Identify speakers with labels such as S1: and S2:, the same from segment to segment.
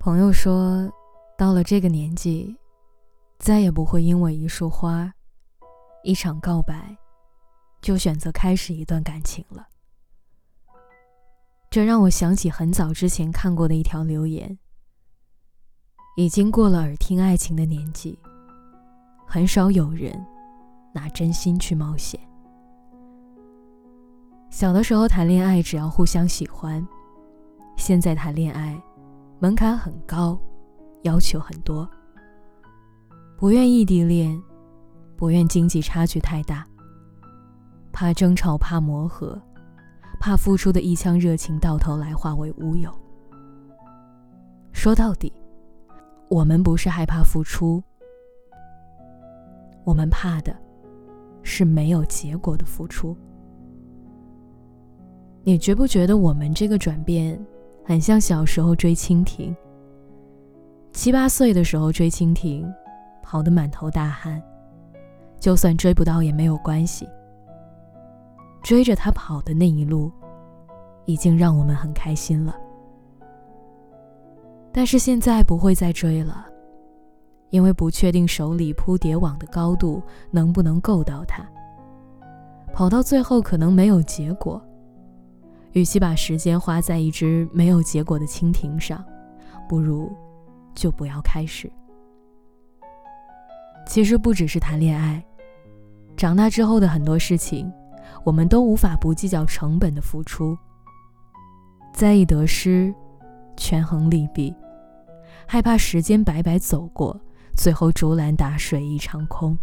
S1: 朋友说，到了这个年纪，再也不会因为一束花、一场告白，就选择开始一段感情了。这让我想起很早之前看过的一条留言：已经过了耳听爱情的年纪，很少有人拿真心去冒险。小的时候谈恋爱只要互相喜欢，现在谈恋爱门槛很高，要求很多，不愿异地恋，不愿经济差距太大，怕争吵，怕磨合，怕付出的一腔热情到头来化为乌有。说到底，我们不是害怕付出，我们怕的是没有结果的付出。你觉不觉得我们这个转变很像小时候追蜻蜓？7、8岁的时候追蜻蜓，跑得满头大汗，就算追不到也没有关系。追着他跑的那一路，已经让我们很开心了。但是现在不会再追了，因为不确定手里铺叠网的高度能不能够到他，跑到最后可能没有结果。与其把时间花在一只没有结果的蜻蜓上，不如就不要开始。其实不只是谈恋爱，长大之后的很多事情，我们都无法不计较成本的付出，在意得失，权衡利弊，害怕时间白白走过，最后竹篮打水一场空。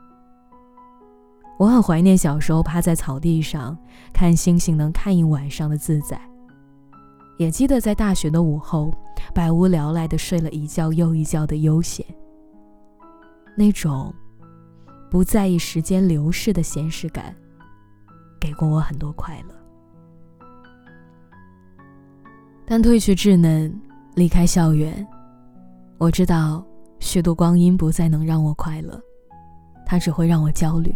S1: 我很怀念小时候趴在草地上看星星能看一晚上的自在，也记得在大学的午后百无聊赖地睡了一觉又一觉的悠闲，那种不在意时间流逝的闲适感给过我很多快乐。但褪去稚嫩，离开校园，我知道虚度光阴不再能让我快乐，它只会让我焦虑。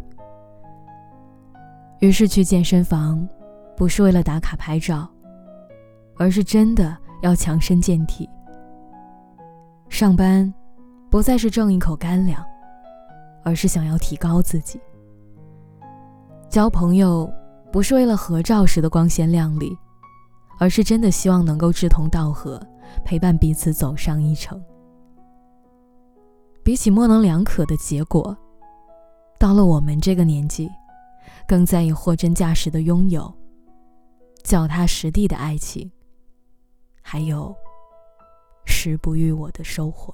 S1: 于是去健身房，不是为了打卡拍照，而是真的要强身健体。上班不再是挣一口干粮，而是想要提高自己。交朋友不是为了合照时的光鲜亮丽，而是真的希望能够志同道合，陪伴彼此走上一程。比起模棱两可的结果，到了我们这个年纪，更在意货真价实的拥有，脚踏实地的爱情，还有时不与我的收获。